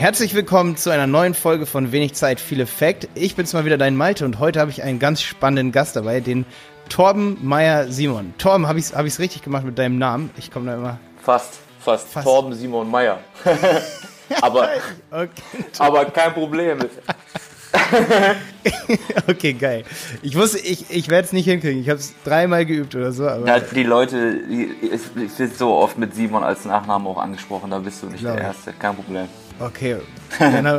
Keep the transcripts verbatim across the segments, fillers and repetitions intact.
Herzlich willkommen zu einer neuen Folge von Wenig Zeit, viel Effekt. Ich bin's mal wieder, dein Malte, und heute habe ich einen ganz spannenden Gast dabei, den Torben Meyer-Simon. Torben, habe ich's, hab ich's richtig gemacht mit deinem Namen? Ich komme da immer... Fast, fast, fast. Torben Simon Meyer. aber, okay, aber kein Problem. Okay, geil. Ich wusste, ich, ich werde es nicht hinkriegen. Ich habe es dreimal geübt oder so. Aber ja, die Leute, ich bin so oft mit Simon als Nachnamen auch angesprochen, da bist du nicht der Erste. Kein Problem. Okay. Genau.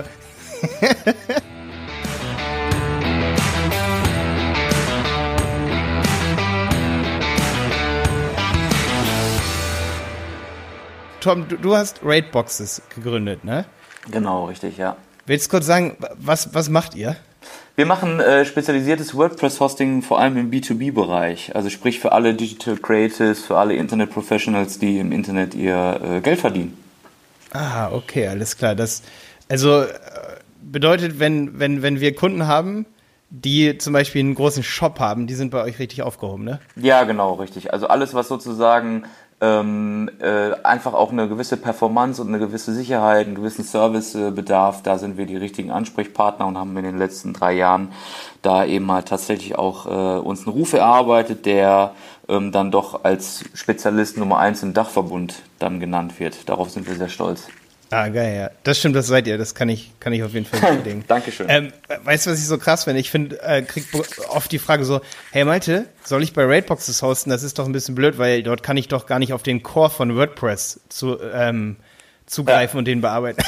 Tom, du, du hast Raidboxes gegründet, ne? Genau, richtig, ja. Willst du kurz sagen, was, was macht ihr? Wir machen äh, spezialisiertes WordPress-Hosting, vor allem im B zwei B-Bereich. Also sprich für alle Digital Creatives, für alle Internet-Professionals, die im Internet ihr äh, Geld verdienen. Ah, okay, alles klar. Das also äh, bedeutet, wenn, wenn, wenn wir Kunden haben, die zum Beispiel einen großen Shop haben, die sind bei euch richtig aufgehoben, ne? Ja, genau, richtig. Also alles, was sozusagen ähm, äh, einfach auch eine gewisse Performance und eine gewisse Sicherheit, einen gewissen Servicebedarf, äh, da sind wir die richtigen Ansprechpartner und haben in den letzten drei Jahren da eben mal tatsächlich auch äh, uns einen Ruf erarbeitet, der ähm, dann doch als Spezialist Nummer eins im Dachverbund dann genannt wird. Darauf sind wir sehr stolz. Ah, geil, ja. Das stimmt, das seid ihr. Das kann ich, kann ich auf jeden Fall bestätigen. Dankeschön. Ähm, weißt du, was ich so krass finde? Ich finde, äh, krieg oft die Frage so, hey Malte, soll ich bei Raidboxes hosten? Das ist doch ein bisschen blöd, weil dort kann ich doch gar nicht auf den Core von WordPress zu, ähm, zugreifen ja. und den bearbeiten.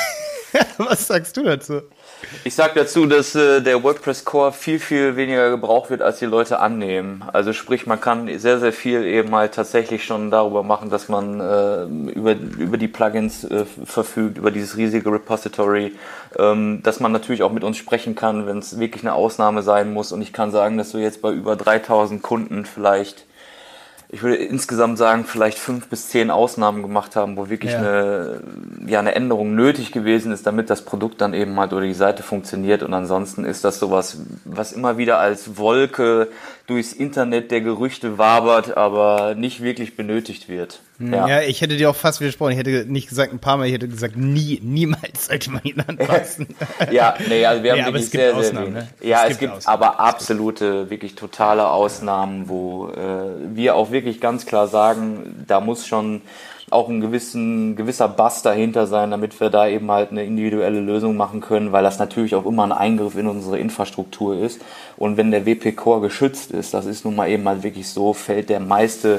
Was sagst du dazu? Ich sag dazu, dass äh, der WordPress-Core viel, viel weniger gebraucht wird, als die Leute annehmen. Also sprich, man kann sehr, sehr viel eben halt tatsächlich schon darüber machen, dass man äh, über, über die Plugins äh, verfügt, über dieses riesige Repository, ähm, dass man natürlich auch mit uns sprechen kann, wenn es wirklich eine Ausnahme sein muss. Und ich kann sagen, dass wir jetzt bei über dreitausend Kunden vielleicht, ich würde insgesamt sagen, vielleicht fünf bis zehn Ausnahmen gemacht haben, wo wirklich ja. eine, ja, eine Änderung nötig gewesen ist, damit das Produkt dann eben halt oder die Seite funktioniert. Und ansonsten ist das sowas, was immer wieder als Wolke durchs Internet der Gerüchte wabert, aber nicht wirklich benötigt wird. Ja. ja, ich hätte dir auch fast widersprochen. Ich hätte nicht gesagt ein paar Mal, ich hätte gesagt, nie, niemals sollte man ihn anpassen. ja, nee, also wir haben ja, wirklich sehr, sehr, Ausnahmen, sehr ne? Ja, es, es gibt, gibt Ausnahmen. aber absolute, wirklich totale Ausnahmen, wo äh, wir auch wirklich ganz klar sagen, da muss schon auch ein gewissen, gewisser Bass dahinter sein, damit wir da eben halt eine individuelle Lösung machen können, weil das natürlich auch immer ein Eingriff in unsere Infrastruktur ist. Und wenn der W P-Core geschützt ist, das ist nun mal eben halt wirklich so, fällt der meiste,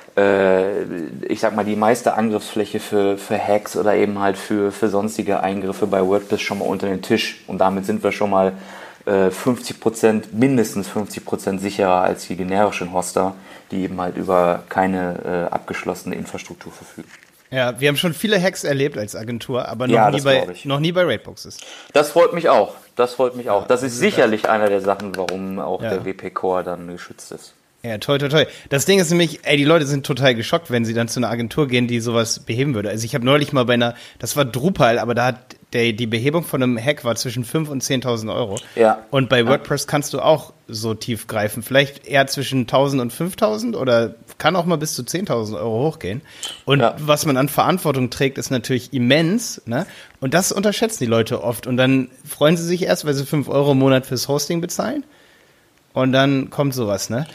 äh, ich sag mal, die meiste Angriffsfläche für, für Hacks oder eben halt für, für sonstige Eingriffe bei WordPress schon mal unter den Tisch. Und damit sind wir schon mal äh, fünfzig Prozent, mindestens fünfzig Prozent sicherer als die generischen Hoster, die eben halt über keine äh, abgeschlossene Infrastruktur verfügen. Ja, wir haben schon viele Hacks erlebt als Agentur, aber noch, ja, nie, bei, noch nie bei Raidboxes. Das freut mich auch. Das freut mich auch. Ja, das ist das sicherlich ist einer der Sachen, warum auch ja. der W P-Core dann geschützt ist. Ja, toll, toll, toll. Das Ding ist nämlich, ey, die Leute sind total geschockt, wenn sie dann zu einer Agentur gehen, die sowas beheben würde. Also ich habe neulich mal bei einer, das war Drupal, aber da hat der, die Behebung von einem Hack war zwischen fünftausend und zehntausend Euro. Ja. Und bei WordPress kannst du auch so tief greifen. Vielleicht eher zwischen tausend und fünftausend oder kann auch mal bis zu zehntausend Euro hochgehen. Und ja. was man an Verantwortung trägt, ist natürlich immens, ne? Und das unterschätzen die Leute oft. Und dann freuen sie sich erst, weil sie fünf Euro im Monat fürs Hosting bezahlen. Und dann kommt sowas, ne?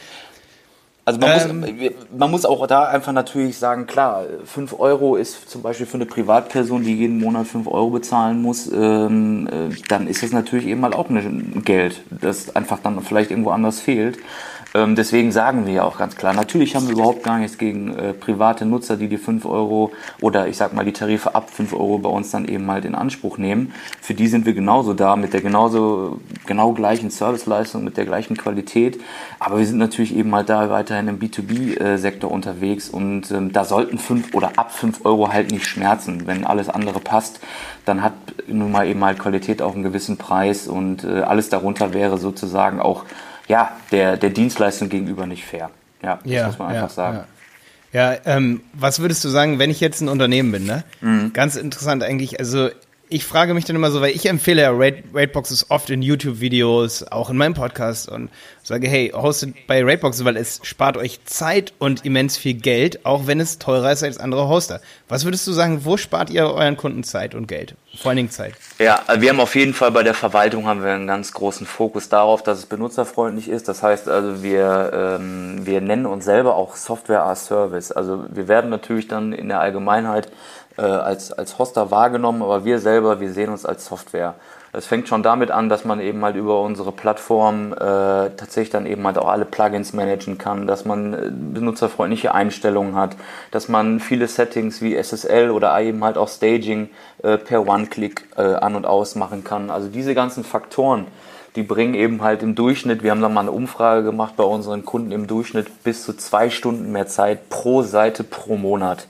Also man, ähm, muss, man muss auch da einfach natürlich sagen, klar, fünf Euro ist zum Beispiel für eine Privatperson, die jeden Monat fünf Euro bezahlen muss, ähm, äh, dann ist das natürlich eben mal auch ein Geld, das einfach dann vielleicht irgendwo anders fehlt. Ähm, deswegen sagen wir ja auch ganz klar, natürlich haben wir überhaupt gar nichts gegen äh, private Nutzer, die die fünf Euro oder ich sag mal die Tarife ab fünf Euro bei uns dann eben halt in Anspruch nehmen. Für die sind wir genauso da, mit der genauso genau gleichen Serviceleistung, mit der gleichen Qualität. Aber wir sind natürlich eben halt da weiterhin im B zwei B-Sektor unterwegs und ähm, da sollten fünf oder ab fünf Euro halt nicht schmerzen. Wenn alles andere passt, dann hat nun mal eben halt Qualität auch einen gewissen Preis und äh, alles darunter wäre sozusagen auch ja, der, der Dienstleistung gegenüber nicht fair. Ja, das ja, muss man einfach ja, sagen. Ja, ja ähm, was würdest du sagen, wenn ich jetzt ein Unternehmen bin, ne? Mhm. Ganz interessant eigentlich, also ich frage mich dann immer so, weil ich empfehle ja Raid, Raidboxes oft in YouTube-Videos, auch in meinem Podcast und sage, hey, hostet bei Raidboxes, weil es spart euch Zeit und immens viel Geld, auch wenn es teurer ist als andere Hoster. Was würdest du sagen, wo spart ihr euren Kunden Zeit und Geld? vor allen Dingen Zeit. Ja, also wir haben auf jeden Fall bei der Verwaltung haben wir einen ganz großen Fokus darauf, dass es benutzerfreundlich ist. Das heißt also, wir, ähm, wir nennen uns selber auch Software as Service. Also wir werden natürlich dann in der Allgemeinheit äh, als, als Hoster wahrgenommen, aber wir selber, wir sehen uns als Software. Es fängt schon damit an, dass man eben halt über unsere Plattform äh, tatsächlich dann eben halt auch alle Plugins managen kann, dass man äh, benutzerfreundliche Einstellungen hat, dass man viele Settings wie S S L oder eben halt auch Staging äh, per One-Click äh, an- und aus machen kann. Also diese ganzen Faktoren, die bringen eben halt im Durchschnitt, wir haben da mal eine Umfrage gemacht bei unseren Kunden, im Durchschnitt bis zu zwei Stunden mehr Zeit pro Seite pro Monat.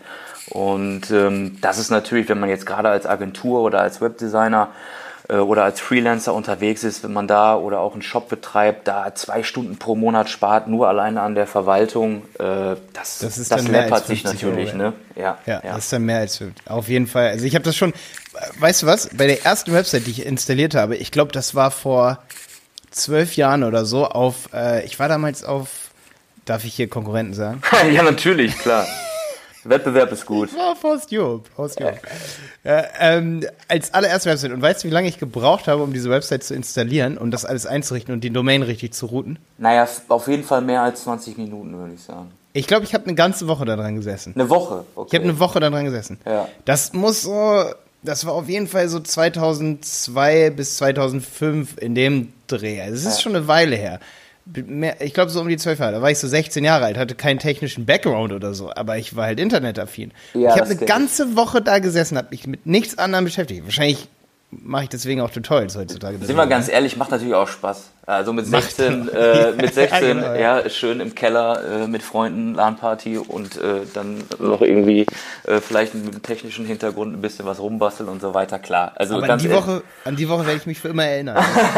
Und ähm, das ist natürlich, wenn man jetzt gerade als Agentur oder als Webdesigner oder als Freelancer unterwegs ist, wenn man da oder auch einen Shop betreibt, da zwei Stunden pro Monat spart, nur alleine an der Verwaltung, äh, das, das, ist das läppert sich fünfzig natürlich. Euro, Ne? Ja, ja, ja, das ist dann mehr als fünfzig. Auf jeden Fall. Also ich habe das schon, weißt du was, bei der ersten Website, die ich installiert habe, ich glaube, das war vor zwölf Jahren oder so, auf, äh, ich war damals auf, darf ich hier Konkurrenten sagen? Ja, natürlich, klar. Wettbewerb ist gut. Ich war auf Horst Job. Horst Job. Ja, ähm, als allererste Website. Und weißt du, wie lange ich gebraucht habe, um diese Website zu installieren und das alles einzurichten und die Domain richtig zu routen? Naja, auf jeden Fall mehr als zwanzig Minuten, würde ich sagen. Ich glaube, ich habe eine ganze Woche daran gesessen. Eine Woche? Okay. Ich habe eine Woche daran gesessen. Ja. Das muss so, das war auf jeden Fall so zweitausendzwei bis zweitausendfünf in dem Dreh. Also es ist ja schon eine Weile her. Mehr, ich glaube so um die zwölf Jahre, da war ich so sechzehn Jahre alt, hatte keinen technischen Background oder so, aber ich war halt internetaffin. Ja, ich habe eine ganze Woche da gesessen, habe mich mit nichts anderem beschäftigt. Wahrscheinlich mache ich deswegen auch Tutorials heutzutage. Sind wir ganz ehrlich, macht natürlich auch Spaß. Also mit sechzehn, äh, mit sechzehn, ja, genau, ja. ja, schön im Keller äh, mit Freunden, LAN-Party und äh, dann noch irgendwie äh, vielleicht mit einem technischen Hintergrund ein bisschen was rumbasteln und so weiter, klar. Also aber ganz an die Woche, an die Woche werde ich mich für immer erinnern.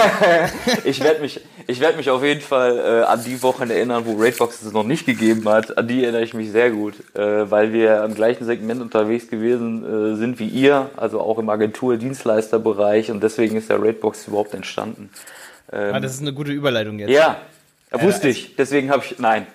ich werde mich, ich werde mich auf jeden Fall äh, an die Wochen erinnern, wo Raidbox es noch nicht gegeben hat. An die erinnere ich mich sehr gut, äh, weil wir am gleichen Segment unterwegs gewesen äh, sind wie ihr, also auch im Agentur-Dienstleisterbereich, und deswegen ist der Raidbox überhaupt entstanden. Ähm, ah, das ist eine gute Überleitung jetzt. Ja, ja wusste ich. Deswegen habe ich, nein.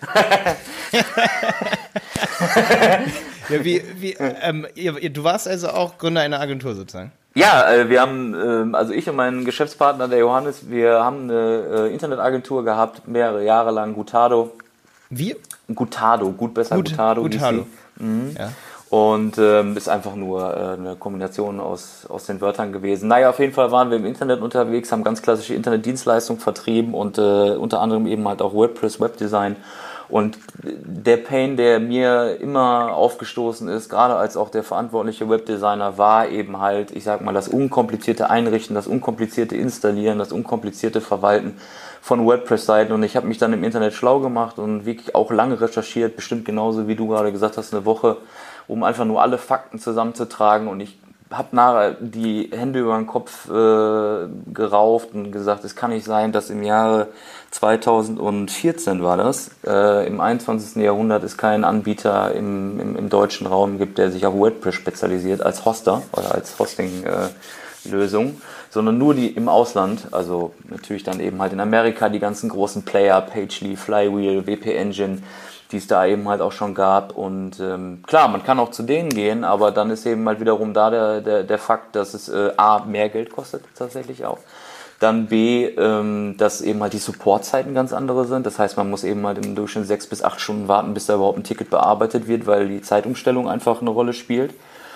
Ja, wie, wie, ähm, ihr, du warst also auch Gründer einer Agentur sozusagen? Ja, äh, wir haben, äh, also ich und mein Geschäftspartner, der Johannes, wir haben eine äh, Internetagentur gehabt, mehrere Jahre lang, Gutado. Wie? Gutado, gut besser Gut, Gutado. Gutado. Mhm. Ja. Und ähm, ist einfach nur äh, eine Kombination aus, aus den Wörtern gewesen. Naja, auf jeden Fall waren wir im Internet unterwegs, haben ganz klassische Internetdienstleistungen vertrieben und äh, unter anderem eben halt auch WordPress, Webdesign. Und der Pain, der mir immer aufgestoßen ist, gerade als auch der verantwortliche Webdesigner, war eben halt, ich sag mal, das unkomplizierte Einrichten, das unkomplizierte Installieren, das unkomplizierte Verwalten von WordPress-Seiten. Und ich habe mich dann im Internet schlau gemacht und wirklich auch lange recherchiert, bestimmt genauso wie du gerade gesagt hast, eine Woche, um einfach nur alle Fakten zusammenzutragen. Und ich habe nachher die Hände über den Kopf äh, gerauft und gesagt, es kann nicht sein, dass im Jahre zweitausendvierzehn war das, äh, im einundzwanzigsten Jahrhundert es keinen Anbieter im, im, im deutschen Raum gibt, der sich auf WordPress spezialisiert als Hoster oder als Hosting-Lösung, äh, sondern nur die im Ausland, also natürlich dann eben halt in Amerika die ganzen großen Player, Pagely, Flywheel, W P Engine, die es da eben halt auch schon gab. Und ähm, klar, man kann auch zu denen gehen, aber dann ist eben halt wiederum da der, der, der Fakt, dass es äh, A, mehr Geld kostet tatsächlich auch. Dann B, ähm, dass eben halt die Supportzeiten ganz andere sind. Das heißt, man muss eben halt im Durchschnitt sechs bis acht Stunden warten, bis da überhaupt ein Ticket bearbeitet wird, weil die Zeitumstellung einfach eine Rolle spielt.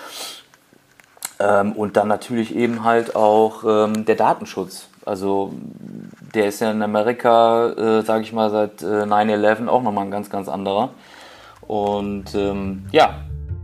Ähm, und dann natürlich eben halt auch ähm, der Datenschutz. Also der ist ja in Amerika, äh, sage ich mal, seit äh, neun elf auch nochmal ein ganz, ganz anderer. Und ähm, ja.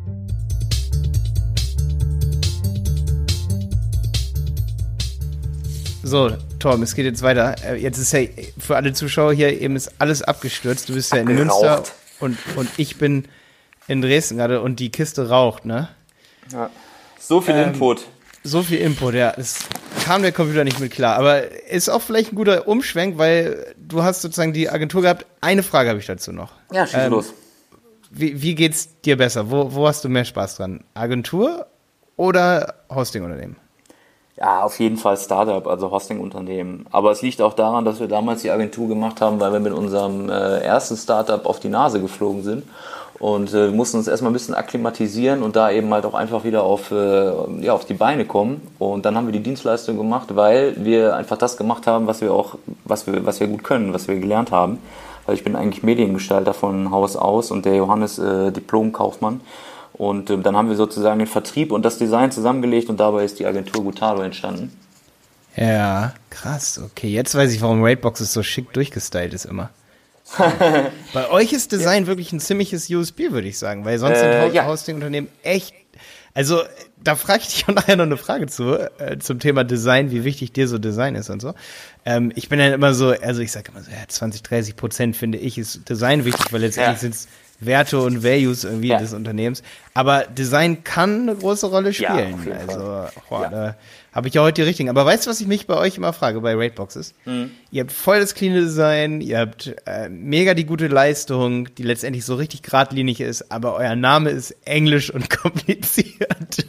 So, Torben, es geht jetzt weiter. Jetzt ist ja für alle Zuschauer hier eben ist alles abgestürzt. Du bist ja in Abgeraucht. Münster und, und ich bin in Dresden gerade und die Kiste raucht, ne? Ja. So viel ähm, Input. So viel Input, ja. Das kam der Computer nicht mit klar. Aber ist auch vielleicht ein guter Umschwenk, weil du hast sozusagen die Agentur gehabt. Eine Frage habe ich dazu noch. Ja, schieß ähm, los. Wie, wie geht's dir besser? Wo, wo hast du mehr Spaß dran? Agentur oder Hostingunternehmen? Ja, auf jeden Fall Startup, also Hosting-Unternehmen. Aber es liegt auch daran, dass wir damals die Agentur gemacht haben, weil wir mit unserem äh, ersten Startup auf die Nase geflogen sind Und äh, mussten uns erstmal ein bisschen akklimatisieren und da eben halt auch einfach wieder auf, äh, ja, auf die Beine kommen. Und dann haben wir die Dienstleistung gemacht, weil wir einfach das gemacht haben, was wir auch, was wir, was wir gut können, was wir gelernt haben. Weil ich bin eigentlich Mediengestalter von Haus aus und der Johannes äh, Diplom-Kaufmann. Und äh, dann haben wir sozusagen den Vertrieb und das Design zusammengelegt und dabei ist die Agentur Gutaro entstanden. Ja, krass. Okay, jetzt weiß ich, warum Raidboxes so schick durchgestylt ist immer. Bei euch ist Design ja. wirklich ein ziemliches U S P, würde ich sagen, weil sonst äh, sind ja. Hosting-Unternehmen echt, also da frage ich dich auch nachher noch eine Frage zu, äh, zum Thema Design, wie wichtig dir so Design ist und so. Ähm, ich bin dann immer so, also ich sage immer so, ja, zwanzig, dreißig Prozent finde ich ist Design wichtig, weil letztendlich ja. sind es Werte und Values irgendwie ja. des Unternehmens. Aber Design kann eine große Rolle spielen. Ja, also, boah, ja. da habe ich ja heute die richtigen. Aber weißt du, was ich mich bei euch immer frage, bei Raidboxes? Mhm. Ihr habt voll das cleane Design, ihr habt äh, mega die gute Leistung, die letztendlich so richtig geradlinig ist, aber euer Name ist englisch und kompliziert.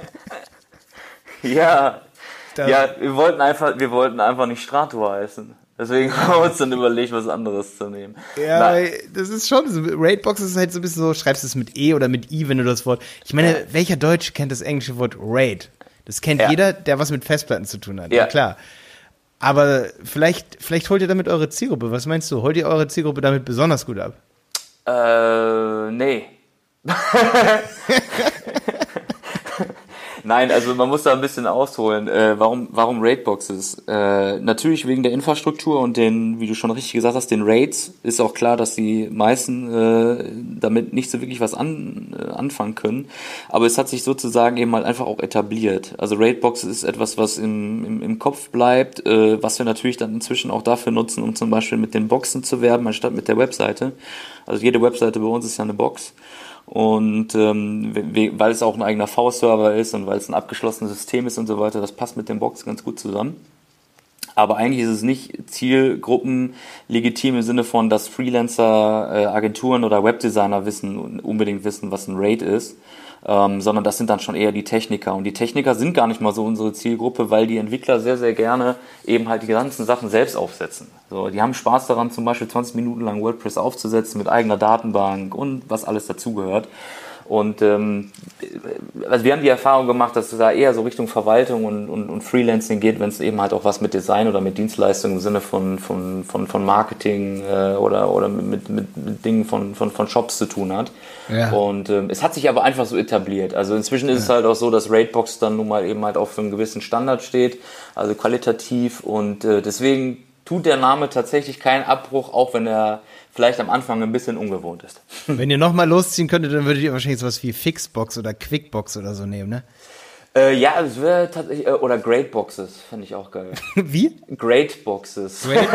Ja, da, ja, wir wollten einfach, wir wollten einfach nicht Strato heißen. Deswegen haben wir uns dann überlegt, was anderes zu nehmen. Ja, weil das ist schon so, Raidbox ist halt so ein bisschen so, schreibst du es mit E oder mit I, wenn du das Wort, ich meine, ja. welcher Deutsche kennt das englische Wort Raid? Das kennt ja. jeder, der was mit Festplatten zu tun hat, ja, ja klar. Aber vielleicht, vielleicht holt ihr damit eure Zielgruppe, was meinst du, holt ihr eure Zielgruppe damit besonders gut ab? Äh, nee. Nein, also man muss da ein bisschen ausholen. Äh, warum, warum Raidboxes? Äh, natürlich wegen der Infrastruktur und den, wie du schon richtig gesagt hast, den Raids. Ist auch klar, dass die meisten äh, damit nicht so wirklich was an, äh, anfangen können. Aber es hat sich sozusagen eben halt einfach auch etabliert. Also Raidboxes ist etwas, was im, im, im Kopf bleibt, äh, was wir natürlich dann inzwischen auch dafür nutzen, um zum Beispiel mit den Boxen zu werben, anstatt mit der Webseite. Also jede Webseite bei uns ist ja eine Box. Und ähm, weil es auch ein eigener V-Server ist und weil es ein abgeschlossenes System ist und so weiter, das passt mit den Box ganz gut zusammen. Aber eigentlich ist es nicht Zielgruppen legitim im Sinne von, dass Freelancer, äh, Agenturen oder Webdesigner wissen, unbedingt wissen, was ein Raid ist. Ähm, sondern das sind dann schon eher die Techniker. Und die Techniker sind gar nicht mal so unsere Zielgruppe, weil die Entwickler sehr, sehr gerne eben halt die ganzen Sachen selbst aufsetzen. So, die haben Spaß daran, zum Beispiel zwanzig Minuten lang WordPress aufzusetzen mit eigener Datenbank und was alles dazugehört. Und ähm, also wir haben die Erfahrung gemacht, dass es da eher so Richtung Verwaltung und, und, und Freelancing geht, wenn es eben halt auch was mit Design oder mit Dienstleistungen im Sinne von, von, von, von Marketing äh, oder, oder mit, mit, mit Dingen von, von, von Shops zu tun hat. Ja. Und ähm, es hat sich aber einfach so etabliert. Also inzwischen ist ja. es halt auch so, dass Raidbox dann nun mal eben halt auch für einen gewissen Standard steht, also qualitativ. Und äh, deswegen tut der Name tatsächlich keinen Abbruch, auch wenn er vielleicht am Anfang ein bisschen ungewohnt ist. Wenn ihr nochmal losziehen könntet, dann würdet ihr wahrscheinlich sowas wie Fixbox oder Quickbox oder so nehmen, ne? Äh, ja, es wäre tatsächlich, äh, oder Great Boxes, fände ich auch geil. Wie? Great Boxes. Great?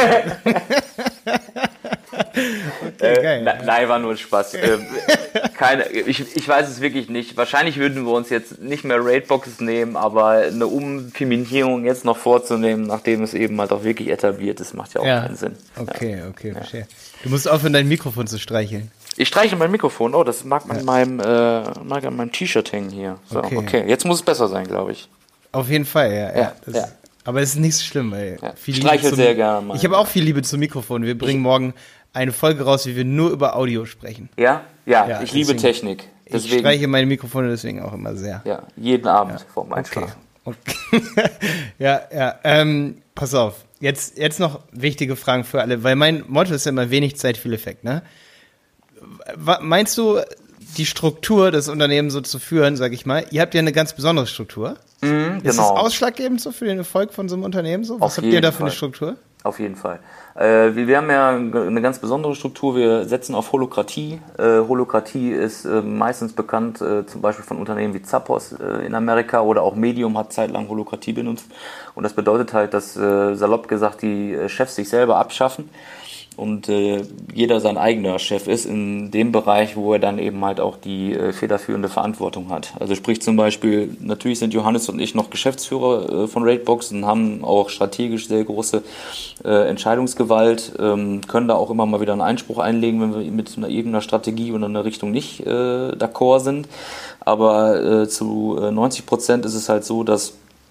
Okay, äh, geil. Na, nein, war nur Spaß. äh, keine, ich, ich weiß es wirklich nicht. Wahrscheinlich würden wir uns jetzt nicht mehr Raidboxes nehmen, aber eine Umfirmierung jetzt noch vorzunehmen, nachdem es eben halt auch wirklich etabliert ist, macht ja auch ja. keinen Sinn. Okay, ja. okay, verstehe. Ja. Du musst aufhören, dein Mikrofon zu streicheln. Ich streiche mein Mikrofon. Oh, das mag man ja. meinem, äh, mag an meinem T-Shirt hängen hier. So, okay. okay, jetzt muss es besser sein, glaube ich. Auf jeden Fall, ja. ja, ja, das, ja. Aber es ist nicht so schlimm, ey. Ja. Ich streiche sehr gerne mal. Ich habe auch viel Liebe zum Mikrofon. Wir bringen ich, morgen eine Folge raus, wie wir nur über Audio sprechen. Ja? Ja, ja ich deswegen, liebe Technik. Deswegen, ich streiche meine Mikrofone deswegen auch immer sehr. Ja, jeden Abend ja. vor dem Okay. Einschlafen. Okay. ja, ja. Ähm, pass auf. Jetzt, jetzt noch wichtige Fragen für alle, weil mein Motto ist ja immer wenig Zeit, viel Effekt, ne? Meinst du, die Struktur des Unternehmens so zu führen, sag ich mal, ihr habt ja eine ganz besondere Struktur. Mhm, ist genau. das ausschlaggebend so für den Erfolg von so einem Unternehmen? So? Was Auf habt ihr da für Fall. eine Struktur? Auf jeden Fall. Äh, wir, wir haben ja eine ganz besondere Struktur. Wir setzen auf Holokratie. Äh, Holokratie ist äh, meistens bekannt, äh, zum Beispiel von Unternehmen wie Zappos äh, in Amerika oder auch Medium hat zeitlang Holokratie benutzt. Und das bedeutet halt, dass äh, salopp gesagt die äh, Chefs sich selber abschaffen und äh, jeder sein eigener Chef ist in dem Bereich, wo er dann eben halt auch die äh, federführende Verantwortung hat. Also sprich zum Beispiel, natürlich sind Johannes und ich noch Geschäftsführer äh, von Raidbox und haben auch strategisch sehr große äh, Entscheidungsgewalt, ähm, können da auch immer mal wieder einen Einspruch einlegen, wenn wir mit einer irgendeiner Strategie oder einer Richtung nicht äh, d'accord sind. Aber äh, zu äh, neunzig Prozent ist es halt so, dass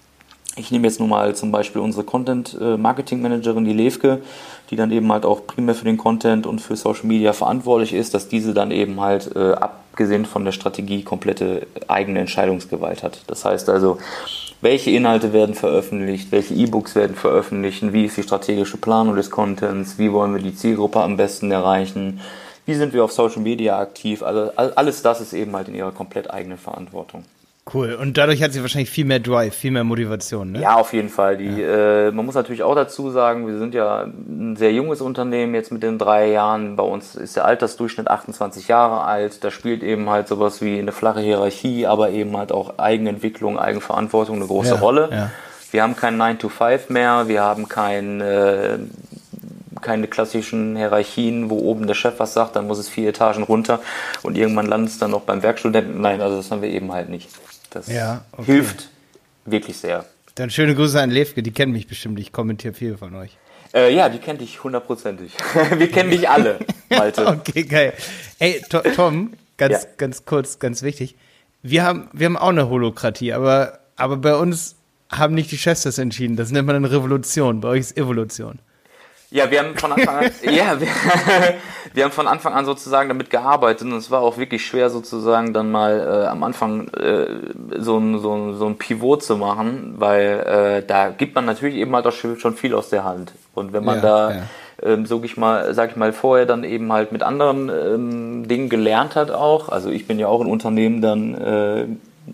Ich nehme jetzt nur mal zum Beispiel unsere Content-Marketing-Managerin, die Levke, die dann eben halt auch primär für den Content und für Social Media verantwortlich ist, dass diese dann eben halt äh, abgesehen von der Strategie komplette eigene Entscheidungsgewalt hat. Das heißt also, welche Inhalte werden veröffentlicht, welche E-Books werden veröffentlicht, wie ist die strategische Planung des Contents, wie wollen wir die Zielgruppe am besten erreichen, wie sind wir auf Social Media aktiv, also alles das ist eben halt in ihrer komplett eigenen Verantwortung. Cool. Und dadurch hat sie wahrscheinlich viel mehr Drive, viel mehr Motivation, ne? Ja, auf jeden Fall. Die, ja. äh, man muss natürlich auch dazu sagen, wir sind ja ein sehr junges Unternehmen jetzt mit den drei Jahren. Bei uns ist der Altersdurchschnitt achtundzwanzig Jahre alt. Da spielt eben halt sowas wie eine flache Hierarchie, aber eben halt auch Eigenentwicklung, Eigenverantwortung eine große ja, Rolle. Ja. Wir haben kein nine to five mehr. Wir haben kein, äh, keine klassischen Hierarchien, wo oben der Chef was sagt, dann muss es vier Etagen runter und irgendwann landet es dann noch beim Werkstudenten. Nein, also das haben wir eben halt nicht. Das ja, okay. hilft wirklich sehr. Dann schöne Grüße an Levke, die kennt mich bestimmt, ich kommentiere viel von euch. Äh, ja, die kennt dich hundertprozentig. Wir kennen dich alle, Malte. Okay, geil. Ey, Tom, ganz, ja. ganz kurz, ganz wichtig. Wir haben, wir haben auch eine Holokratie, aber, aber bei uns haben nicht die Chefs das entschieden. Das nennt man eine Revolution. Bei euch ist Evolution. Ja, wir haben von Anfang an, ja, wir, wir haben von Anfang an sozusagen damit gearbeitet und es war auch wirklich schwer sozusagen dann mal äh, am Anfang äh, so ein so ein so ein Pivot zu machen, weil äh, da gibt man natürlich eben halt auch schon viel aus der Hand und wenn man ja, da ja. Ähm, sag ich mal, sag ich mal vorher dann eben halt mit anderen ähm, Dingen gelernt hat auch, also ich bin ja auch in Unternehmen dann äh,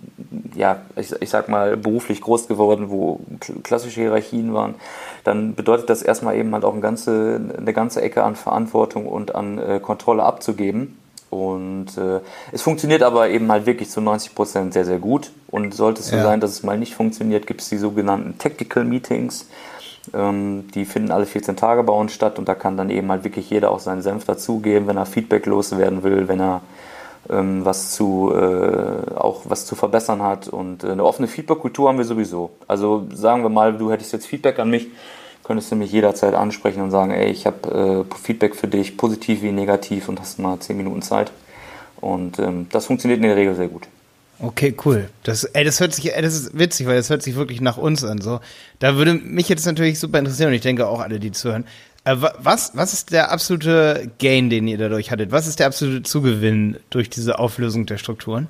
ja, ich, ich sag mal, beruflich groß geworden, wo klassische Hierarchien waren, dann bedeutet das erstmal eben halt auch eine ganze, eine ganze Ecke an Verantwortung und an äh, Kontrolle abzugeben. Und äh, es funktioniert aber eben halt wirklich zu neunzig Prozent sehr, sehr gut. Und sollte es so ja. sein, dass es mal nicht funktioniert, gibt es die sogenannten Tactical Meetings. Ähm, die finden alle vierzehn Tage bei uns statt und da kann dann eben halt wirklich jeder auch seinen Senf dazugeben, wenn er Feedback loswerden will, wenn er was zu äh, auch was zu verbessern hat und äh, eine offene Feedback-Kultur haben wir sowieso. Also sagen wir mal, du hättest jetzt Feedback an mich, könntest du mich jederzeit ansprechen und sagen, ey, ich habe äh, Feedback für dich, positiv wie negativ und hast mal zehn Minuten Zeit. Und ähm, das funktioniert in der Regel sehr gut. Okay, cool. Das, ey, das hört sich, ey, das ist witzig, weil das hört sich wirklich nach uns an. So, da würde mich jetzt natürlich super interessieren und ich denke auch alle, die zuhören. Was, was ist der absolute Gain, den ihr dadurch hattet? Was ist der absolute Zugewinn durch diese Auflösung der Strukturen?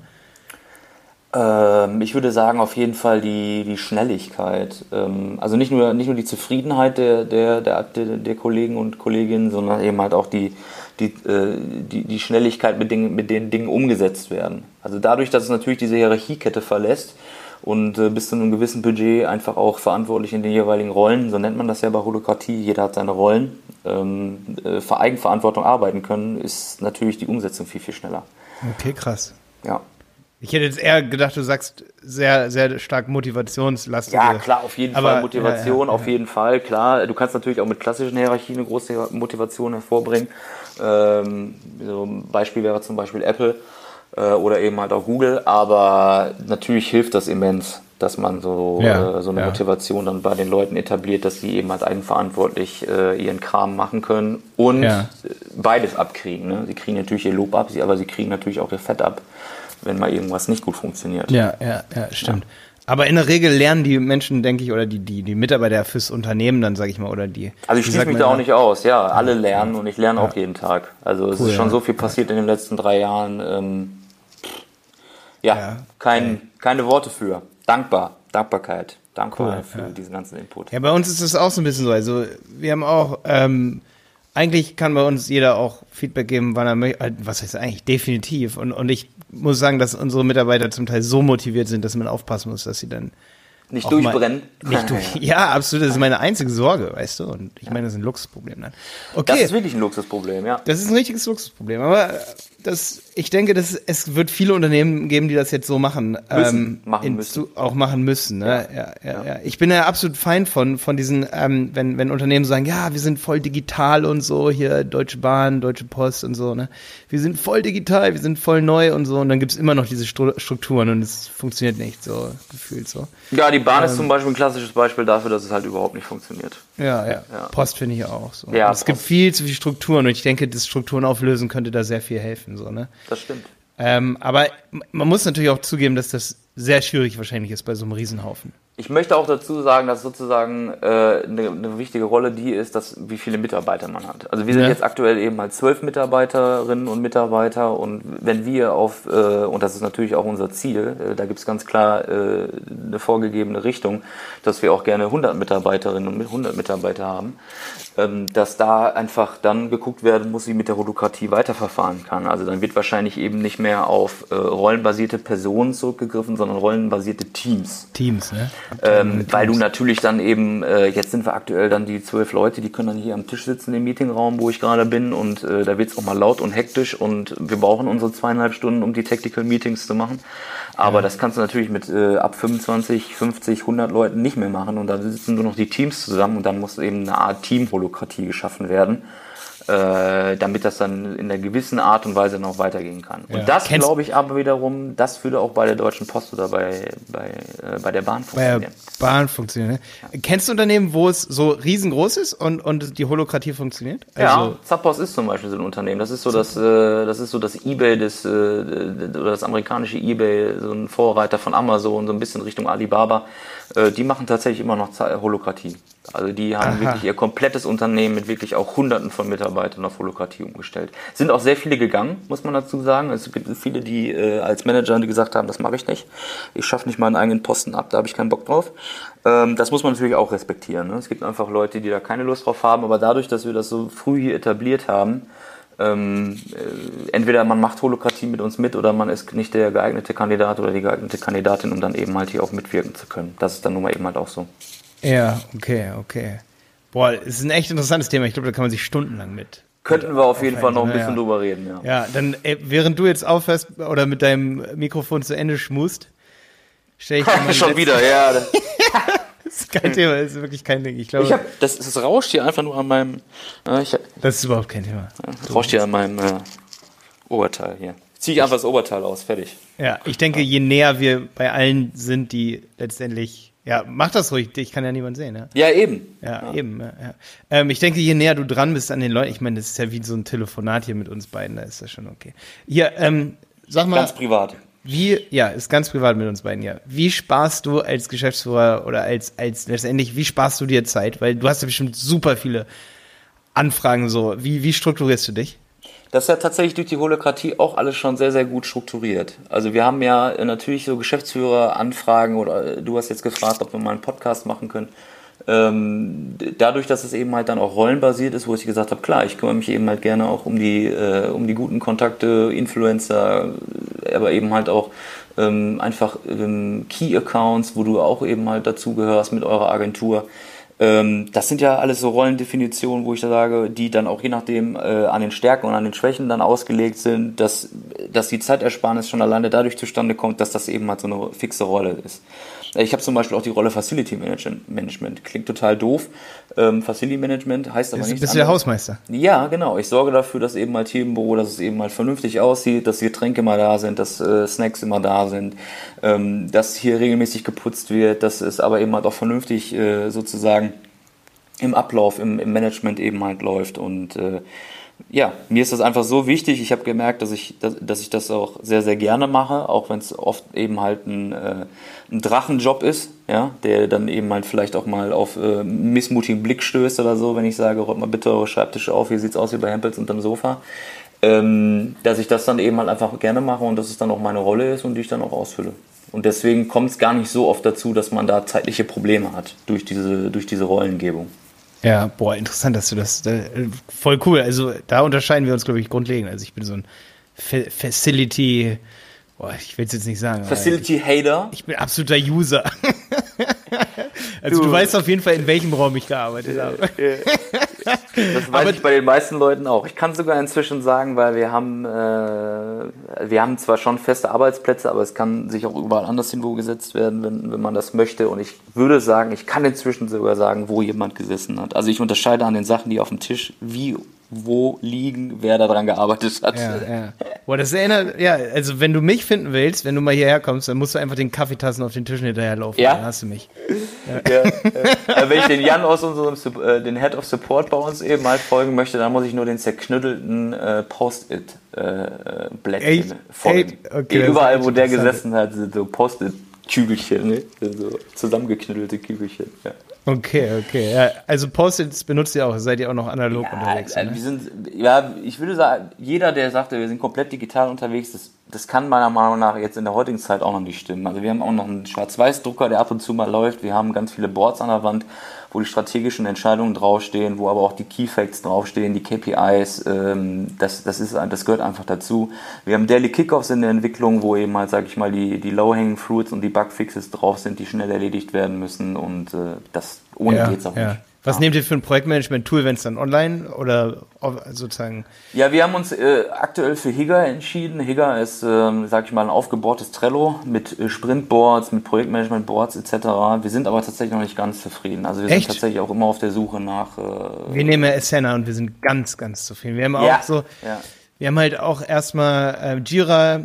Ähm, ich würde sagen, auf jeden Fall die, die Schnelligkeit. Ähm, also nicht nur, nicht nur die Zufriedenheit der, der, der, der Kollegen und Kolleginnen, sondern eben halt auch die, die, äh, die, die Schnelligkeit, mit, Dingen, mit denen Dinge umgesetzt werden. Also dadurch, dass es natürlich diese Hierarchiekette verlässt, und äh, bis zu einem gewissen Budget einfach auch verantwortlich in den jeweiligen Rollen, so nennt man das ja bei Holokratie, jeder hat seine Rollen, ähm, äh, für Eigenverantwortung arbeiten können, ist natürlich die Umsetzung viel, viel schneller. Okay, krass. Ja. Ich hätte jetzt eher gedacht, du sagst sehr, sehr stark motivationslastig. Ja, klar, auf jeden aber, Fall Motivation, ja, ja, auf ja. jeden Fall, klar. Du kannst natürlich auch mit klassischen Hierarchien eine große Motivation hervorbringen. Ähm, so ein Beispiel wäre zum Beispiel Apple. Oder eben halt auch Google, aber natürlich hilft das immens, dass man so, ja, äh, so eine ja. Motivation dann bei den Leuten etabliert, dass sie eben halt eigenverantwortlich äh, ihren Kram machen können und ja. beides abkriegen. Ne? Sie kriegen natürlich ihr Lob ab, aber sie kriegen natürlich auch ihr Fett ab, wenn mal irgendwas nicht gut funktioniert. Ja, ja, ja, stimmt. Ja. Aber in der Regel lernen die Menschen, denke ich, oder die, die, die Mitarbeiter fürs Unternehmen dann, sage ich mal, oder die... Also ich schließe mich da auch nicht aus, ja, alle lernen und ich lerne ja. auch jeden Tag. Also es cool, ist schon ja. so viel passiert in den letzten drei Jahren, ähm, Ja, ja, kein, okay. keine Worte für. Dankbar, Dankbarkeit, dankbar cool, für ja. diesen ganzen Input. Ja, bei uns ist es auch so ein bisschen so. Also wir haben auch, ähm, eigentlich kann bei uns jeder auch Feedback geben, wann er möchte. Was heißt eigentlich? Definitiv. Und, und ich muss sagen, dass unsere Mitarbeiter zum Teil so motiviert sind, dass man aufpassen muss, dass sie dann nicht durchbrennen. Nicht durch, ja, absolut. Das ist meine einzige Sorge, weißt du. Und ich meine, das ist ein Luxusproblem dann. Okay. Das ist wirklich ein Luxusproblem, ja. Das ist ein richtiges Luxusproblem. Aber das, ich denke, dass es wird viele Unternehmen geben, die das jetzt so machen. Müssen, ähm, machen in, müssen. Zu, auch machen müssen. Ne? Ja. Ja, ja, ja. ja. Ich bin ja absolut Feind von, von diesen, ähm, wenn, wenn Unternehmen sagen, ja, wir sind voll digital und so, hier Deutsche Bahn, Deutsche Post und so, ne. Wir sind voll digital, wir sind voll neu und so. Und dann gibt's immer noch diese Strukturen und es funktioniert nicht, so gefühlt so. Ja, die Bahn ähm, ist zum Beispiel ein klassisches Beispiel dafür, dass es halt überhaupt nicht funktioniert. Ja, ja. ja. Post finde ich auch so. Ja, es gibt viel zu viele Strukturen und ich denke, das Strukturen auflösen könnte da sehr viel helfen, so, ne. Das stimmt. Ähm, aber man muss natürlich auch zugeben, dass das sehr schwierig wahrscheinlich ist bei so einem Riesenhaufen. Ich möchte auch dazu sagen, dass sozusagen äh, eine, eine wichtige Rolle die ist, dass wie viele Mitarbeiter man hat. Also wir sind ja. jetzt aktuell eben mal zwölf Mitarbeiterinnen und Mitarbeiter und wenn wir auf, äh, und das ist natürlich auch unser Ziel, äh, da gibt es ganz klar äh, eine vorgegebene Richtung, dass wir auch gerne hundert Mitarbeiterinnen und hundert Mitarbeiter haben, ähm, dass da einfach dann geguckt werden muss, wie mit der Holokratie weiterverfahren kann. Also dann wird wahrscheinlich eben nicht mehr auf äh, rollenbasierte Personen zurückgegriffen, sondern rollenbasierte Teams. Teams, ne? Ähm, weil du natürlich dann eben, äh, jetzt sind wir aktuell dann die zwölf Leute, die können dann hier am Tisch sitzen im Meetingraum, wo ich gerade bin und äh, da wird es auch mal laut und hektisch und wir brauchen unsere zweieinhalb Stunden, um die Tactical Meetings zu machen. Aber ja. das kannst du natürlich mit äh, ab fünfundzwanzig, fünfzig, hundert Leuten nicht mehr machen und dann sitzen nur noch die Teams zusammen und dann muss eben eine Art Teamholokratie geschaffen werden. Äh, damit das dann in einer gewissen Art und Weise noch weitergehen kann. Und ja. das glaube ich aber wiederum, das würde auch bei der Deutschen Post oder bei, bei, äh, bei der Bahn funktionieren. Bei der Bahn funktionieren, ne? Ja. Kennst du Unternehmen, wo es so riesengroß ist und, und die Holokratie funktioniert? Also ja, Zappos ist zum Beispiel so ein Unternehmen. Das ist so das, äh, das ist so das eBay des, äh, oder das amerikanische eBay, so ein Vorreiter von Amazon, so ein bisschen Richtung Alibaba. Äh, die machen tatsächlich immer noch Holokratie. Also die haben Aha. wirklich ihr komplettes Unternehmen mit wirklich auch Hunderten von Mitarbeitern auf Holokratie umgestellt. Sind auch sehr viele gegangen, muss man dazu sagen. Es gibt viele, die äh, als Manager die gesagt haben, das mache ich nicht. Ich schaffe nicht meinen eigenen Posten ab, da habe ich keinen Bock drauf. Ähm, das muss man natürlich auch respektieren. Ne? Es gibt einfach Leute, die da keine Lust drauf haben, aber dadurch, dass wir das so früh hier etabliert haben, ähm, äh, entweder man macht Holokratie mit uns mit oder man ist nicht der geeignete Kandidat oder die geeignete Kandidatin, um dann eben halt hier auch mitwirken zu können. Das ist dann nun mal eben halt auch so. Ja, okay, okay. Boah, es ist ein echt interessantes Thema. Ich glaube, da kann man sich stundenlang mit. Könnten wir auf jeden Fall noch ein bisschen ja. drüber reden, ja. Ja, dann, ey, während du jetzt aufhörst oder mit deinem Mikrofon zu Ende schmust, stelle ich dir mal schon wieder, ja. Das ist kein Thema, das ist wirklich kein Ding. Ich glaube, ich hab, das, das rauscht hier einfach nur an meinem. Äh, ich hab, das ist überhaupt kein Thema. Das rauscht hier an meinem äh, Oberteil hier. Zieh ich einfach das Oberteil aus, fertig. Ja, ich denke, je näher wir bei allen sind, die letztendlich. Ja, mach das ruhig, ich kann ja niemand sehen. Ja, ja eben. Ja, ja. eben. Ja, ja. Ähm, ich denke, je näher du dran bist an den Leuten, ich meine, das ist ja wie so ein Telefonat hier mit uns beiden, da ist das schon okay. Hier, ähm, sag mal. Ganz privat. Wie, ja, ist ganz privat mit uns beiden, ja. Wie sparst du als Geschäftsführer oder als, als letztendlich, wie sparst du dir Zeit? Weil du hast ja bestimmt super viele Anfragen so. Wie, wie strukturierst du dich? Das ist ja tatsächlich durch die Holokratie auch alles schon sehr, sehr gut strukturiert. Also wir haben ja natürlich so Geschäftsführer-Anfragen oder du hast jetzt gefragt, ob wir mal einen Podcast machen können. Ähm, dadurch, dass es eben halt dann auch rollenbasiert ist, wo ich gesagt habe, klar, ich kümmere mich eben halt gerne auch um die, äh, um die guten Kontakte, Influencer, aber eben halt auch ähm, einfach ähm, Key-Accounts, wo du auch eben halt dazugehörst mit eurer Agentur. Das sind ja alles so Rollendefinitionen, wo ich da sage, die dann auch je nachdem äh, an den Stärken und an den Schwächen dann ausgelegt sind, dass, dass die Zeitersparnis schon alleine dadurch zustande kommt, dass das eben halt so eine fixe Rolle ist. Ich habe zum Beispiel auch die Rolle Facility Management. Klingt total doof. Ähm, Facility Management heißt aber nichts anderes. Bist du der Hausmeister? Ja, genau. Ich sorge dafür, dass eben halt hier im Büro, dass es eben halt vernünftig aussieht, dass die Getränke immer da sind, dass äh, Snacks immer da sind, ähm, dass hier regelmäßig geputzt wird, dass es aber eben halt auch vernünftig äh, sozusagen im Ablauf, im, im Management eben halt läuft und äh, ja, mir ist das einfach so wichtig. Ich habe gemerkt, dass ich, dass, dass ich das auch sehr, sehr gerne mache, auch wenn es oft eben halt ein, äh, ein Drachenjob ist, ja, der dann eben halt vielleicht auch mal auf äh, missmutigen Blick stößt oder so, wenn ich sage, räumt mal bitte eure Schreibtische auf, hier sieht's aus wie bei Hempels unterm Sofa. Ähm, dass ich das dann eben halt einfach gerne mache und dass es dann auch meine Rolle ist und die ich dann auch ausfülle. Und deswegen kommt es gar nicht so oft dazu, dass man da zeitliche Probleme hat durch diese, durch diese Rollengebung. Ja, boah, interessant, dass du das, äh, voll cool. Also da unterscheiden wir uns, glaube ich, grundlegend. Also ich bin so ein Fa- Facility, boah, ich will es jetzt nicht sagen. Facility-Hater? Ich bin absoluter User. Also du, du weißt auf jeden Fall, in welchem Raum ich gearbeitet habe. Das weiß aber ich bei den meisten Leuten auch. Ich kann sogar inzwischen sagen, weil wir haben, äh, wir haben zwar schon feste Arbeitsplätze, aber es kann sich auch überall anders hinwo gesetzt werden, wenn, wenn man das möchte. Und ich würde sagen, ich kann inzwischen sogar sagen, wo jemand gesessen hat. Also ich unterscheide an den Sachen, die auf dem Tisch, wie, wo liegen, wer daran gearbeitet hat. Ja, ja. Boah, das erinnert, ja, also wenn du mich finden willst, wenn du mal hierher kommst, dann musst du einfach den Kaffeetassen auf den Tischen hinterherlaufen. Ja? Dann hast du mich. Ja. Ja, äh, wenn ich den Jan aus unserem, äh, den Head of Support bei uns eben halt folgen möchte, dann muss ich nur den zerknüttelten äh, Post-it-Blättchen äh, folgen. Okay, überall, wo der gesessen hat, sind so Post-it Kügelchen, ne? So zusammengeknüttelte Kügelchen, ja. Okay, okay. Ja, also Post-its benutzt ihr auch, seid ihr auch noch analog ja, unterwegs? Ne? Wir sind, ja, ich würde sagen, jeder, der sagt, wir sind komplett digital unterwegs, das, das kann meiner Meinung nach jetzt in der heutigen Zeit auch noch nicht stimmen. Also wir haben auch noch einen Schwarz-Weiß-Drucker, der ab und zu mal läuft. Wir haben ganz viele Boards an der Wand, wo die strategischen Entscheidungen draufstehen, wo aber auch die Key Facts draufstehen, die K P Is, ähm, das, das, ist, das gehört einfach dazu. Wir haben Daily Kickoffs in der Entwicklung, wo eben halt, sag ich mal, die, die Low-Hanging Fruits und die Bugfixes drauf sind, die schnell erledigt werden müssen und äh, das ohne ja, geht's auch ja. nicht. Was ja. nehmt ihr für ein Projektmanagement-Tool, wenn es dann online oder sozusagen... Ja, wir haben uns äh, aktuell für Higger entschieden. Higger ist, äh, sag ich mal, ein aufgebohrtes Trello mit äh, Sprintboards, mit Projektmanagement-Boards et cetera. Wir sind aber tatsächlich noch nicht ganz zufrieden. Also wir Echt? sind tatsächlich auch immer auf der Suche nach... Äh, wir nehmen ja Asana und wir sind ganz, ganz zufrieden. Wir haben auch ja, so... Ja. Wir haben halt auch erstmal äh, Jira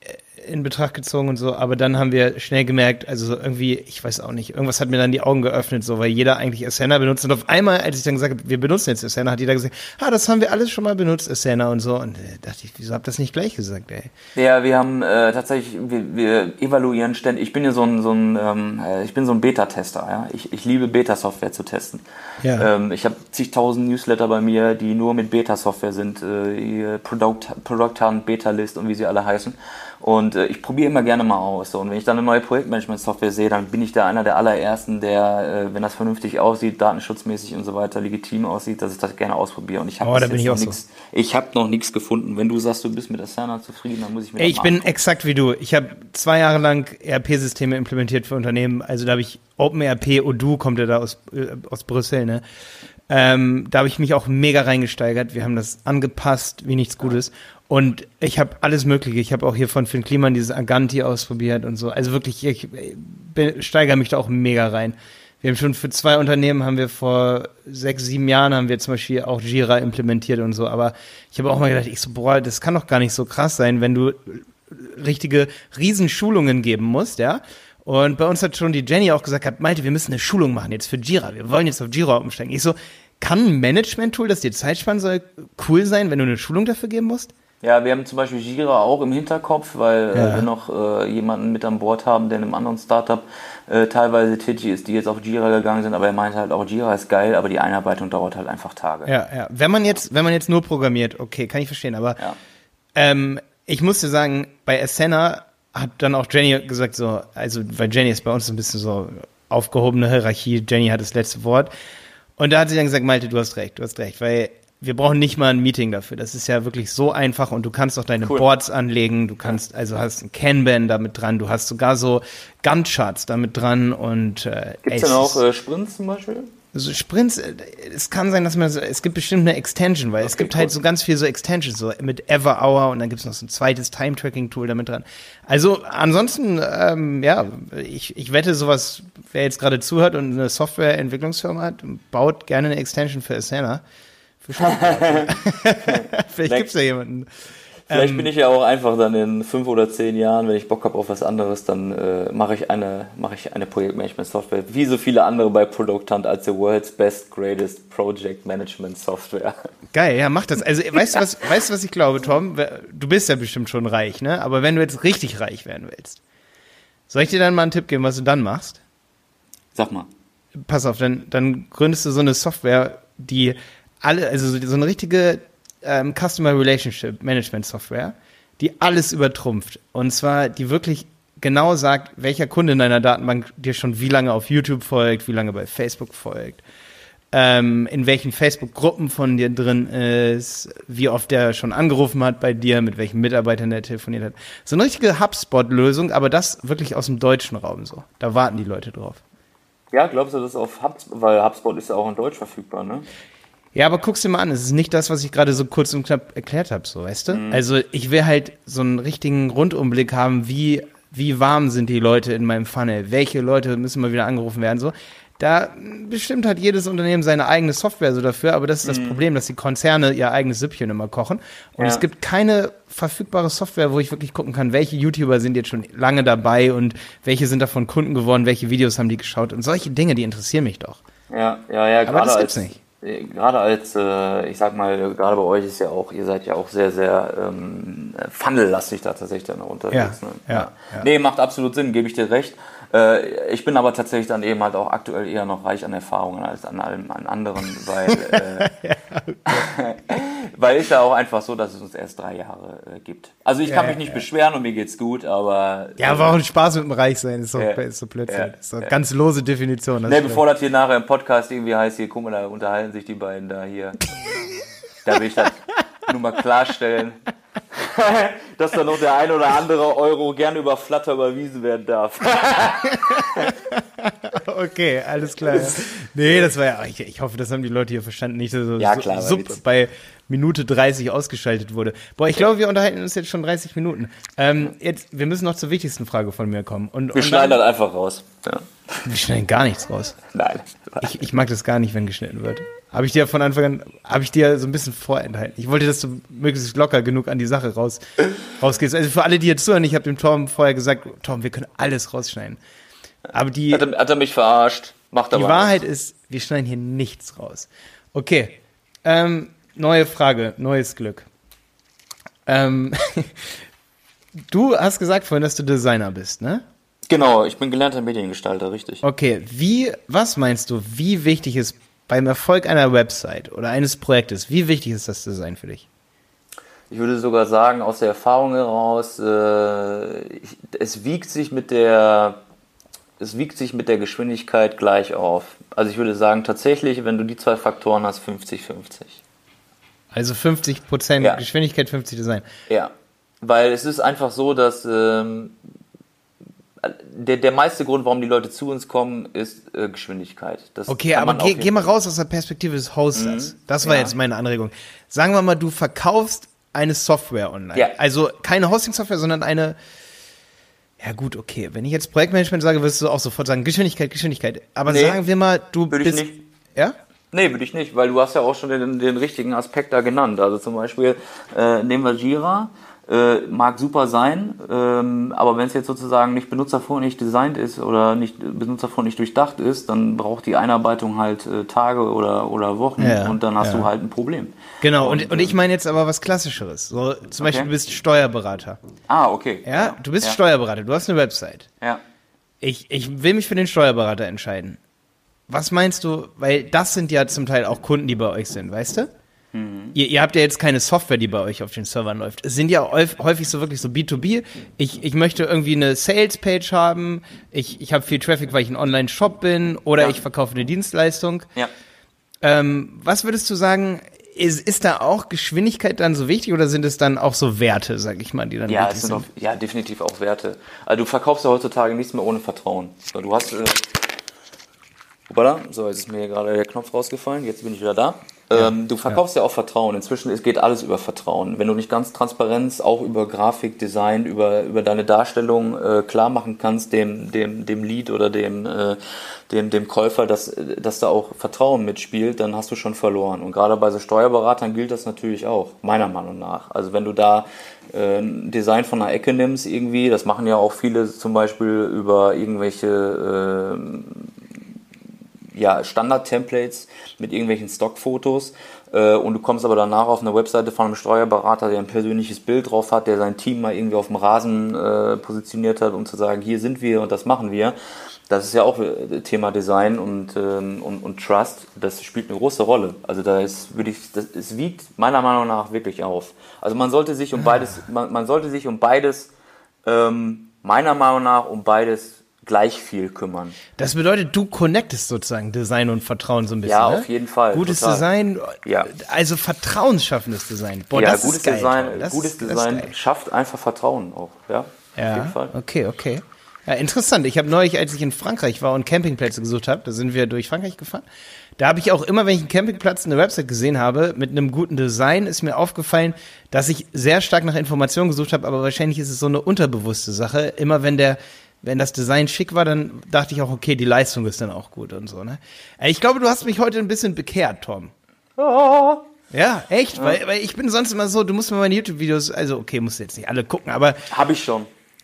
in Betracht gezogen und so, aber dann haben wir schnell gemerkt, also irgendwie, ich weiß auch nicht, irgendwas hat mir dann die Augen geöffnet, so, weil jeder eigentlich Asana benutzt und auf einmal, als ich dann gesagt habe, wir benutzen jetzt Asana, hat jeder gesagt, ah, das haben wir alles schon mal benutzt, Asana und so, und äh, dachte ich, wieso habt ihr das nicht gleich gesagt, ey? Ja, wir haben äh, tatsächlich, wir, wir evaluieren ständig, ich bin ja so ein, so ein ähm, ich bin so ein Beta-Tester, ja, ich, ich liebe Beta-Software zu testen. Ja. Ähm, ich habe zigtausend Newsletter bei mir, die nur mit Beta-Software sind, äh, Product, Product Hunt, Beta-List und wie sie alle heißen. Und äh, ich probiere immer gerne mal aus. So. Und wenn ich dann eine neue Projektmanagement-Software sehe, dann bin ich da einer der allerersten, der, äh, wenn das vernünftig aussieht, datenschutzmäßig und so weiter, legitim aussieht, dass ich das gerne ausprobiere. Und ich habe oh, da bin ich auch nix, so. Ich habe noch nichts gefunden. Wenn du sagst, du bist mit Asana zufrieden, dann muss ich mir Ey, das ich bin angucken. exakt wie du. Ich habe zwei Jahre lang E R P-Systeme implementiert für Unternehmen. Also da habe ich OpenERP, Odoo kommt ja da aus, äh, aus Brüssel, ne? Ähm, da habe ich mich auch mega reingesteigert. Wir haben das angepasst wie nichts Gutes. Und ich habe alles Mögliche. Ich habe auch hier von Finn Kliman dieses Aganti ausprobiert und so. Also wirklich, ich steigere mich da auch mega rein. Wir haben schon für zwei Unternehmen, haben wir vor sechs, sieben Jahren, haben wir zum Beispiel auch Jira implementiert und so. Aber ich habe auch mal gedacht, ich so, boah, das kann doch gar nicht so krass sein, wenn du richtige Riesenschulungen geben musst, ja. Und bei uns hat schon die Jenny auch gesagt, Malte, wir müssen eine Schulung machen jetzt für Jira. Wir wollen jetzt auf Jira umsteigen. Ich so, kann ein Management-Tool, das dir Zeit sparen soll, cool sein, wenn du eine Schulung dafür geben musst? Ja, wir haben zum Beispiel Jira auch im Hinterkopf, weil ja. äh, wir noch äh, jemanden mit an Bord haben, der in einem anderen Startup äh, teilweise tätig ist, die jetzt auf Jira gegangen sind, aber er meinte halt auch, Jira ist geil, aber die Einarbeitung dauert halt einfach Tage. Ja, ja. Wenn man jetzt, wenn man jetzt nur programmiert, okay, kann ich verstehen, aber ja. ähm, ich musste sagen, bei Asana hat dann auch Jenny gesagt, so, also, weil Jenny ist bei uns ein bisschen so aufgehobene Hierarchie, Jenny hat das letzte Wort. Und da hat sie dann gesagt, Malte, du hast recht, du hast recht, weil wir brauchen nicht mal ein Meeting dafür. Das ist ja wirklich so einfach und du kannst auch deine cool. Boards anlegen, du kannst, also hast ein Kanban damit dran, du hast sogar so Gantt-Charts damit dran und äh, gibt's denn auch äh, Sprints zum Beispiel? Also Sprints, es kann sein, dass man so, es gibt bestimmt eine Extension, weil okay, es gibt cool. halt so ganz viel so Extensions, so mit Everhour und dann gibt's noch so ein zweites Time-Tracking-Tool damit dran. Also ansonsten, ähm, ja, ich, ich wette sowas, wer jetzt gerade zuhört und eine Software-Entwicklungsfirma hat, baut gerne eine Extension für Asana. Für Vielleicht gibt's ja jemanden. Vielleicht ähm, bin ich ja auch einfach dann in fünf oder zehn Jahren, wenn ich Bock habe auf was anderes, dann äh, mache ich eine mache ich eine Projektmanagement-Software, wie so viele andere bei Product Hunt als the world's best, greatest Project Management Software. Geil, ja, mach das. Also weißt du was, weißt du was ich glaube, Tom? Du bist ja bestimmt schon reich, ne? Aber wenn du jetzt richtig reich werden willst, soll ich dir dann mal einen Tipp geben, was du dann machst? Sag mal. Pass auf, dann dann gründest du so eine Software, die alle, also so eine richtige ähm, Customer Relationship Management Software, die alles übertrumpft. Und zwar, die wirklich genau sagt, welcher Kunde in deiner Datenbank dir schon wie lange auf YouTube folgt, wie lange bei Facebook folgt, ähm, in welchen Facebook-Gruppen von dir drin ist, wie oft der schon angerufen hat bei dir, mit welchen Mitarbeitern der telefoniert hat. So eine richtige HubSpot-Lösung, aber das wirklich aus dem deutschen Raum so. Da warten die Leute drauf. Ja, glaubst du, das auf HubSpot, weil HubSpot ist ja auch in Deutsch verfügbar, ne? Ja, aber guck's dir mal an, es ist nicht das, was ich gerade so kurz und knapp erklärt habe, so, weißt du? Mhm. Also ich will halt so einen richtigen Rundumblick haben, wie, wie warm sind die Leute in meinem Funnel, welche Leute müssen mal wieder angerufen werden, so. Da bestimmt hat jedes Unternehmen seine eigene Software so dafür, aber das ist das mhm. Problem, dass die Konzerne ihr eigenes Süppchen immer kochen. Und ja. es gibt keine verfügbare Software, wo ich wirklich gucken kann, welche YouTuber sind jetzt schon lange dabei und welche sind davon Kunden geworden, welche Videos haben die geschaut und solche Dinge, die interessieren mich doch. Ja, ja, ja. Aber das gibt's als, nicht. gerade als, äh, ich sag mal, gerade bei euch ist ja auch, ihr seid ja auch sehr, sehr ähm, funnellastig da tatsächlich dann unterwegs. Ja, ne? ja, ja. Nee, macht absolut Sinn, gebe ich dir recht. Äh, ich bin aber tatsächlich dann eben halt auch aktuell eher noch reich an Erfahrungen als an allem an anderen, weil, äh, ja, okay. weil ist ja auch einfach so, dass es uns erst drei Jahre äh, gibt. Also ich kann ja, mich nicht ja. beschweren und mir geht's gut, aber... Ja, aber auch ein Spaß mit dem Reichsein, ist so, ja, ist so Blödsinn. ja, ist so eine ja. ganz lose Definition. Ne, bevor das hier nachher im Podcast irgendwie heißt, hier, guck mal, da unterhalten sich die beiden da hier. Da will ich das nur mal klarstellen, dass da noch der ein oder andere Euro gerne über Flutter überwiesen werden darf. Okay, alles klar. Nee, das war ja, ich, ich hoffe, das haben die Leute hier verstanden, nicht, dass so, Ja, klar, so, Witz. Sub bei Minute dreißig ausgeschaltet wurde. Boah, ich glaube, wir unterhalten uns jetzt schon dreißig Minuten. Ähm, jetzt, wir müssen noch zur wichtigsten Frage von mir kommen. Und, Wir und schneiden dann, das einfach raus. Ja. Wir schneiden gar nichts raus. Nein. Ich, ich mag das gar nicht, wenn geschnitten wird. Habe ich dir von Anfang an, habe ich dir so ein bisschen vorenthalten. Ich wollte, dass du möglichst locker genug an die Sache raus, rausgehst. Also für alle, die jetzt zuhören, ich habe dem Tom vorher gesagt, Tom, wir können alles rausschneiden. Aber die, Hat er, hat er mich verarscht? Macht aber die Wahrheit ist, wir schneiden hier nichts raus. Okay, ähm, neue Frage, neues Glück. Ähm, du hast gesagt vorhin, dass du Designer bist, ne? Genau, ich bin gelernter Mediengestalter, richtig. Okay, wie, was meinst du, wie wichtig ist beim Erfolg einer Website oder eines Projektes, wie wichtig ist das Design für dich? Ich würde sogar sagen, aus der Erfahrung heraus, äh, ich, es wiegt sich mit der, es wiegt sich mit der Geschwindigkeit gleich auf. Also ich würde sagen, tatsächlich, wenn du die zwei Faktoren hast, fünfzig fünfzig. Also fünfzig Prozent Ja. Geschwindigkeit, fünfzig Design. Ja, weil es ist einfach so, dass ähm, der, der meiste Grund, warum die Leute zu uns kommen, ist äh, Geschwindigkeit. Das Okay, kann aber man geh, auf geh mal jeden Fall- raus aus der Perspektive des Hosters. Mhm. Das war Ja. jetzt meine Anregung. Sagen wir mal, du verkaufst eine Software online. Ja. Also keine Hosting-Software, sondern eine. Ja gut, okay. Wenn ich jetzt Projektmanagement sage, wirst du auch sofort sagen, Geschwindigkeit, Geschwindigkeit. Aber Nee, sagen wir mal, du würde ich bist. nicht. Ja? Nee, würde ich nicht, weil du hast ja auch schon den, den richtigen Aspekt da genannt. Also zum Beispiel äh, nehmen wir Jira, äh, mag super sein, ähm, aber wenn es jetzt sozusagen nicht benutzerfreundlich designt ist oder nicht benutzerfreundlich durchdacht ist, dann braucht die Einarbeitung halt äh, Tage oder, oder Wochen Ja, und dann hast ja. du halt ein Problem. Genau, und, und ich äh, meine jetzt aber was Klassischeres. So, zum Beispiel, du bist Steuerberater. Ah, okay. Ja, du bist ja. Steuerberater, du hast eine Website. Ja. Ich, ich will mich für den Steuerberater entscheiden. Was meinst du, weil das sind ja zum Teil auch Kunden, die bei euch sind, weißt du? Mhm. Ihr, ihr habt ja jetzt keine Software, die bei euch auf den Servern läuft. Es sind ja häufig so wirklich so B zwei B. Ich, ich möchte irgendwie eine Sales-Page haben, ich, ich habe viel Traffic, weil ich ein Online-Shop bin oder Ja. ich verkaufe eine Dienstleistung. Ja. Ähm, was würdest du sagen, ist, ist da auch Geschwindigkeit dann so wichtig oder sind es dann auch so Werte, sag ich mal, die dann Ja, wichtig es sind sind? auf, ja, definitiv auch Werte. Also du verkaufst ja heutzutage nichts mehr ohne Vertrauen. So, du hast... Äh, Hoppala, so, jetzt ist mir hier gerade der Knopf rausgefallen, jetzt bin ich wieder da. Ja. Ähm, du verkaufst ja. ja auch Vertrauen. Inzwischen es geht alles über Vertrauen. Wenn du nicht ganz Transparenz auch über Grafik, Design, über, über deine Darstellung äh, klar machen kannst, dem, dem, dem Lead oder dem, äh, dem, dem Käufer, dass, dass da auch Vertrauen mitspielt, dann hast du schon verloren. Und gerade bei so Steuerberatern gilt das natürlich auch, meiner Meinung nach. Also wenn du da äh, ein Design von einer Ecke nimmst irgendwie, das machen ja auch viele zum Beispiel über irgendwelche äh, ja, Standard-Templates mit irgendwelchen Stockfotos äh, und du kommst aber danach auf eine Webseite von einem Steuerberater, der ein persönliches Bild drauf hat, der sein Team mal irgendwie auf dem Rasen äh, positioniert hat, um zu sagen, hier sind wir und das machen wir. Das ist ja auch Thema Design und, ähm, und, und Trust, das spielt eine große Rolle. Also da ist, würde ich, das, es wiegt meiner Meinung nach wirklich auf. Also man sollte sich um beides, man, man sollte sich um beides, ähm, meiner Meinung nach um beides gleich viel kümmern. Das bedeutet, du connectest sozusagen Design und Vertrauen so ein bisschen, Ja, ne? auf jeden Fall. Gutes total. Design, Ja. also vertrauensschaffendes Design. Boah, ja, das gutes ist geil. Design, Das gutes ist, das Design ist geil. schafft einfach Vertrauen auch. Ja, Ja, auf jeden Fall. okay, okay. Ja, interessant. Ich habe neulich, als ich in Frankreich war und Campingplätze gesucht habe, da sind wir durch Frankreich gefahren, da habe ich auch immer, wenn ich einen Campingplatz, eine Website gesehen habe, mit einem guten Design, ist mir aufgefallen, dass ich sehr stark nach Informationen gesucht habe, aber wahrscheinlich ist es so eine unterbewusste Sache. Immer wenn der Wenn das Design schick war, dann dachte ich auch, okay, die Leistung ist dann auch gut und so, ne? Ich glaube, du hast mich heute ein bisschen bekehrt, Tom. Oh. Ja, echt? Ja. Weil, weil ich bin sonst immer so, du musst mir meine YouTube-Videos, also okay, musst du jetzt nicht alle gucken, aber... Habe ich schon.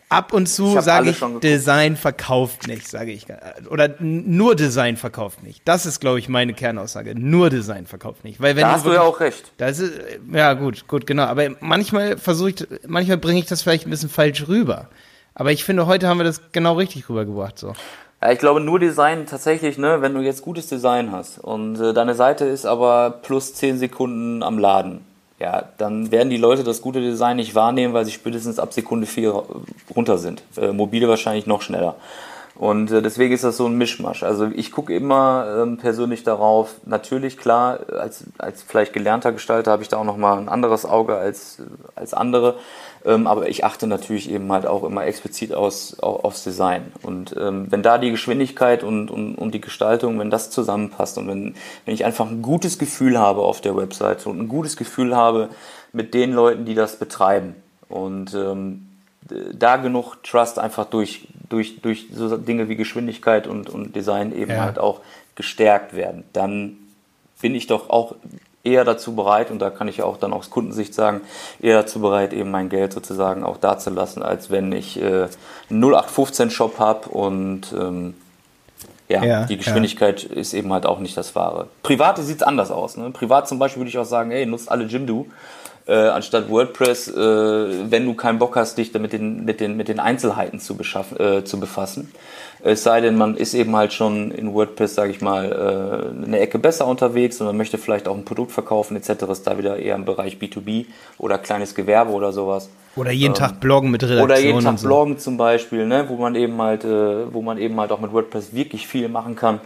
Ab und zu sage ich, Design verkauft nicht, sage ich. Oder nur Design verkauft nicht. Das ist, glaube ich, meine Kernaussage. Nur Design verkauft nicht. Weil wenn da hast du ja auch recht. Das ist, ja, gut, gut, genau. Aber manchmal versuche ich, manchmal bringe ich das vielleicht ein bisschen falsch rüber. Aber ich finde, heute haben wir das genau richtig rübergebracht, so. Ja, ich glaube, nur Design tatsächlich, ne, wenn du jetzt gutes Design hast und äh, deine Seite ist aber plus zehn Sekunden am Laden, ja, dann werden die Leute das gute Design nicht wahrnehmen, weil sie spätestens ab Sekunde vier runter sind. Äh, mobile wahrscheinlich noch schneller. Und äh, deswegen ist das so ein Mischmasch. Also ich gucke immer ähm, persönlich darauf, natürlich klar, als, als vielleicht gelernter Gestalter habe ich da auch nochmal ein anderes Auge als, als andere, ähm, aber ich achte natürlich eben halt auch immer explizit aus, auf, aufs Design. Und ähm, wenn da die Geschwindigkeit und, und, und die Gestaltung, wenn das zusammenpasst und wenn, wenn ich einfach ein gutes Gefühl habe auf der Website und ein gutes Gefühl habe mit den Leuten, die das betreiben und ähm, da genug Trust einfach durch, durch, durch so Dinge wie Geschwindigkeit und, und Design eben ja. halt auch gestärkt werden, dann bin ich doch auch eher dazu bereit, und da kann ich ja auch dann aus Kundensicht sagen, eher dazu bereit, eben mein Geld sozusagen auch dazulassen, als wenn ich äh, einen null acht fünfzehn Shop habe und ähm, ja, ja, die Geschwindigkeit ja. ist eben halt auch nicht das Wahre. Privat sieht es anders aus. Ne? Privat zum Beispiel würde ich auch sagen, ey, nutzt alle Jimdo. Äh, anstatt WordPress, äh, wenn du keinen Bock hast, dich damit den, mit, den, mit den Einzelheiten zu, beschaffen, äh, zu befassen. Es sei denn, man ist eben halt schon in WordPress, sage ich mal, äh, eine Ecke besser unterwegs und man möchte vielleicht auch ein Produkt verkaufen et cetera. Ist da wieder eher im Bereich B zwei B oder kleines Gewerbe oder sowas. Oder jeden ähm, Tag bloggen mit Redaktion. Oder jeden Tag und so. bloggen zum Beispiel, ne, wo man eben halt, äh, wo man eben halt auch mit WordPress wirklich viel machen kann.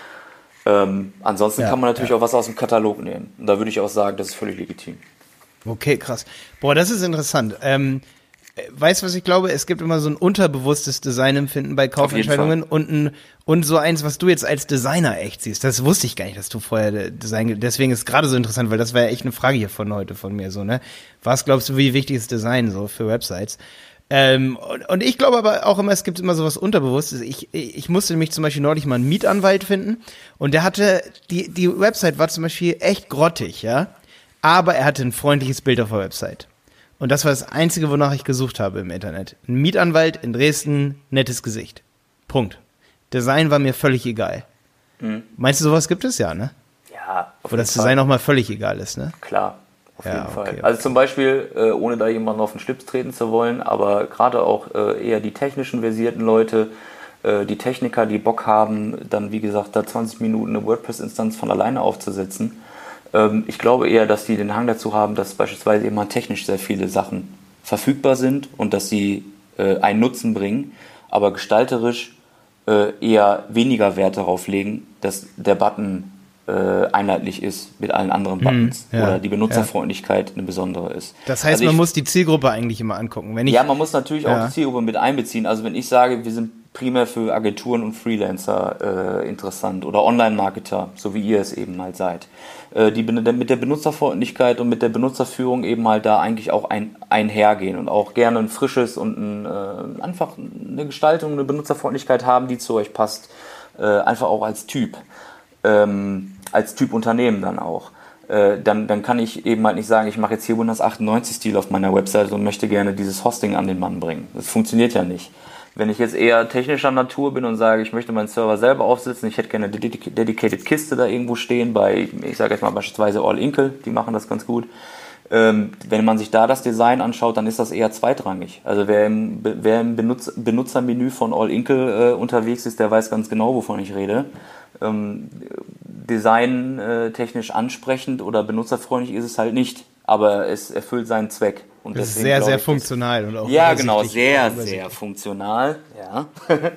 Ähm, ansonsten ja, kann man natürlich ja. auch was aus dem Katalog nehmen. Und da würde ich auch sagen, das ist völlig legitim. Okay, krass. Boah, das ist interessant. Ähm, weißt du, was ich glaube? Es gibt immer so ein unterbewusstes Designempfinden bei Kaufentscheidungen und ein, und so eins, was du jetzt als Designer echt siehst. Das wusste ich gar nicht, dass du vorher Design, deswegen ist es gerade so interessant, weil das war ja echt eine Frage hier von heute von mir so, ne? Was glaubst du, wie wichtig ist Design so für Websites? Ähm, und, und ich glaube aber auch immer, es gibt immer so was Unterbewusstes. Ich, ich musste nämlich zum Beispiel neulich mal einen Mietanwalt finden und der hatte, die, die Website war zum Beispiel echt grottig, ja? Aber er hatte ein freundliches Bild auf der Website. Und das war das Einzige, wonach ich gesucht habe im Internet. Ein Mietanwalt in Dresden, nettes Gesicht. Punkt. Design war mir völlig egal. Mhm. Meinst du, sowas gibt es ja, ne? Ja, auf Wo das Fall. Design auch mal völlig egal ist, ne? Klar, auf ja, jeden Fall. Okay, okay. Also zum Beispiel, äh, ohne da jemanden auf den Schlips treten zu wollen, aber gerade auch äh, eher die technischen versierten Leute, äh, die Techniker, die Bock haben, dann wie gesagt da zwanzig Minuten eine WordPress-Instanz von alleine aufzusetzen. Ich glaube eher, dass die den Hang dazu haben, dass beispielsweise immer technisch sehr viele Sachen verfügbar sind und dass sie äh, einen Nutzen bringen, aber gestalterisch äh, eher weniger Wert darauf legen, dass der Button äh, einheitlich ist mit allen anderen Buttons hm, ja, oder die Benutzerfreundlichkeit ja. eine besondere ist. Das heißt, also ich, man muss die Zielgruppe eigentlich immer angucken. Wenn ich, ja, man muss natürlich ja. auch die Zielgruppe mit einbeziehen. Also wenn ich sage, wir sind primär für Agenturen und Freelancer äh, interessant oder Online-Marketer, so wie ihr es eben halt seid, äh, die mit der Benutzerfreundlichkeit und mit der Benutzerführung eben halt da eigentlich auch ein, einhergehen und auch gerne ein frisches und ein, äh, einfach eine Gestaltung, eine Benutzerfreundlichkeit haben, die zu euch passt, äh, einfach auch als Typ, ähm, als Typ Unternehmen dann auch. Äh, dann, dann kann ich eben halt nicht sagen, ich mache jetzt hier Windows achtundneunzig-Stil auf meiner Website und möchte gerne dieses Hosting an den Mann bringen. Das funktioniert ja nicht. Wenn ich jetzt eher technischer Natur bin und sage, ich möchte meinen Server selber aufsetzen, ich hätte gerne eine dedicated Kiste da irgendwo stehen, bei, ich sage jetzt mal beispielsweise All Inkle, die machen das ganz gut. Ähm, wenn man sich da das Design anschaut, dann ist das eher zweitrangig. Also wer im, wer im Benutzer, Benutzermenü von All Inkle äh, unterwegs ist, der weiß ganz genau, wovon ich rede. Ähm, Design äh, technisch ansprechend oder benutzerfreundlich ist es halt nicht, aber es erfüllt seinen Zweck. Und das ist sehr, sehr funktional. Und auch ja, genau, sehr, sehr funktional. Ja.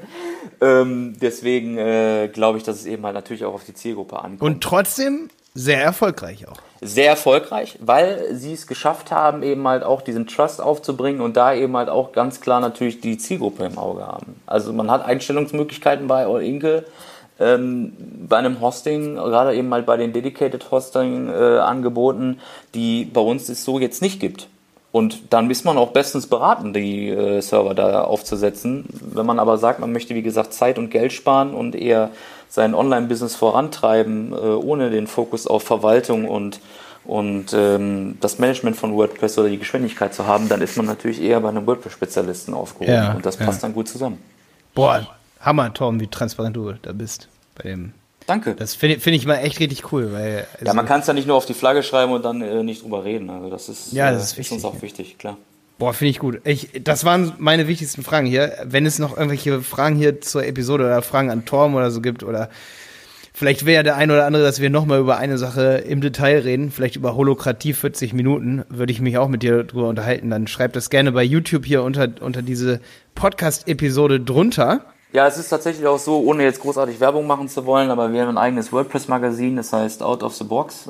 ähm, deswegen äh, glaube ich, dass es eben halt natürlich auch auf die Zielgruppe ankommt. Und trotzdem sehr erfolgreich auch. Sehr erfolgreich, weil sie es geschafft haben, eben halt auch diesen Trust aufzubringen und da eben halt auch ganz klar natürlich die Zielgruppe im Auge haben. Also man hat Einstellungsmöglichkeiten bei All Inkle, ähm, bei einem Hosting, gerade eben halt bei den Dedicated Hosting äh, Angeboten, die bei uns es so jetzt nicht gibt. Und dann ist man auch bestens beraten, die äh, Server da aufzusetzen. Wenn man aber sagt, man möchte, wie gesagt, Zeit und Geld sparen und eher sein Online-Business vorantreiben, äh, ohne den Fokus auf Verwaltung und, und ähm, das Management von WordPress oder die Geschwindigkeit zu haben, dann ist man natürlich eher bei einem WordPress-Spezialisten aufgehoben Ja, und das passt ja. dann gut zusammen. Boah, Hammer, Tom, wie transparent du da bist bei dem. Danke. Das finde find ich mal echt richtig cool, weil. Also, ja, man kann es ja nicht nur auf die Flagge schreiben und dann äh, nicht drüber reden. Also das ist, ja, das ist, äh, wichtig, ist uns auch ja. wichtig, klar. Boah, finde ich gut. Ich, das waren meine wichtigsten Fragen hier. Wenn es noch irgendwelche Fragen hier zur Episode oder Fragen an Torben oder so gibt oder vielleicht wäre ja der ein oder andere, dass wir nochmal über eine Sache im Detail reden, vielleicht über Holokratie vierzig Minuten, würde ich mich auch mit dir drüber unterhalten. Dann schreib das gerne bei YouTube hier unter, unter diese Podcast-Episode drunter. Ja, es ist tatsächlich auch so, ohne jetzt großartig Werbung machen zu wollen, aber wir haben ein eigenes WordPress-Magazin, das heißt Out of the Box.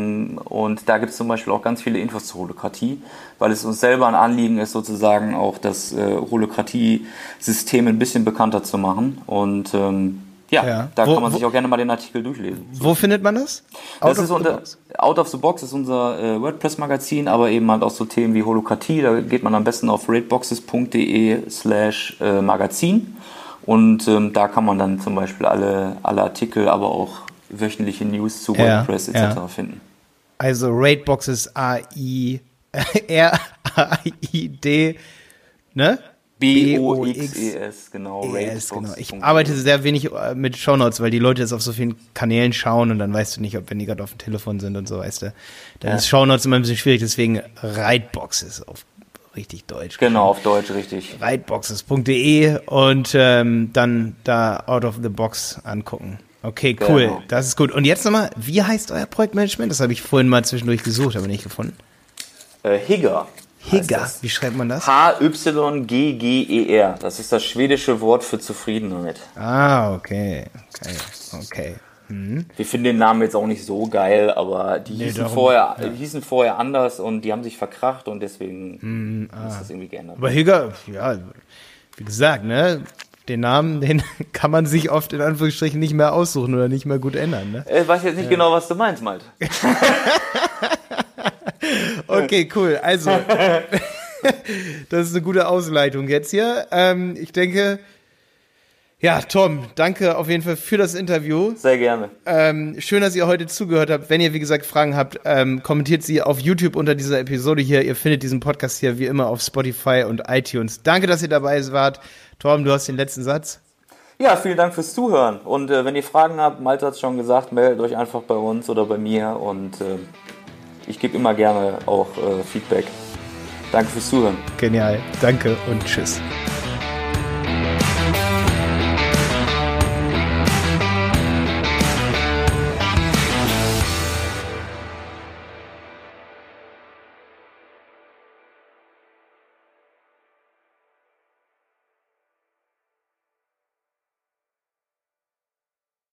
Und da gibt es zum Beispiel auch ganz viele Infos zur Holokratie, weil es uns selber ein Anliegen ist, sozusagen auch das Holokratie-System ein bisschen bekannter zu machen. Und ähm, ja, ja, da wo, kann man sich wo, auch gerne mal den Artikel durchlesen. Wo so. findet man das? Out, das of, ist unter, Out of the Box ist unser äh, WordPress-Magazin, aber eben halt auch so Themen wie Holokratie. Da geht man am besten auf rateboxes.de slash Magazin. Und ähm, da kann man dann zum Beispiel alle, alle Artikel, aber auch wöchentliche News zu WordPress ja, et cetera ja. finden. Also Rateboxes A I R A I D, ne? B O X E S, genau. Genau. Ich arbeite sehr wenig mit Shownotes, weil die Leute das auf so vielen Kanälen schauen und dann weißt du nicht, ob wenn die gerade auf dem Telefon sind und so, weißt du. Dann ja. ist Shownotes immer ein bisschen schwierig, deswegen Rateboxes auf richtig Deutsch. Genau, auf Deutsch, richtig. Rateboxes punkt de und ähm, dann da Out of the Box angucken. Okay, cool. Genau. Das ist gut. Und jetzt nochmal, wie heißt euer Projektmanagement? Das habe ich vorhin mal zwischendurch gesucht, aber nicht gefunden. Äh, Higger. Higger, wie schreibt man das? H Y G G E R. Das ist das schwedische Wort für Zufriedenheit. Ah, okay. Okay, okay. Mhm. Wir finden den Namen jetzt auch nicht so geil, aber die nee, hießen, darum, vorher, ja. die hießen vorher anders und die haben sich verkracht und deswegen mhm, ah. ist das irgendwie geändert. Aber Higger, ja, wie gesagt, ne, den Namen, den kann man sich oft in Anführungsstrichen nicht mehr aussuchen oder nicht mehr gut ändern. Ne? Ich weiß jetzt nicht ja. genau, was du meinst, Malte. Okay, cool. Also, das ist eine gute Ausleitung jetzt hier. Ähm, ich denke, ja, Tom, danke auf jeden Fall für das Interview. Sehr gerne. Ähm, schön, dass ihr heute zugehört habt. Wenn ihr, wie gesagt, Fragen habt, ähm, kommentiert sie auf YouTube unter dieser Episode hier. Ihr findet diesen Podcast hier wie immer auf Spotify und iTunes. Danke, dass ihr dabei wart. Tom, du hast den letzten Satz. Ja, vielen Dank fürs Zuhören. Und äh, wenn ihr Fragen habt, Malte hat es schon gesagt, meldet euch einfach bei uns oder bei mir. Und äh, ich gebe immer gerne auch äh, Feedback. Danke fürs Zuhören. Genial. Danke und tschüss.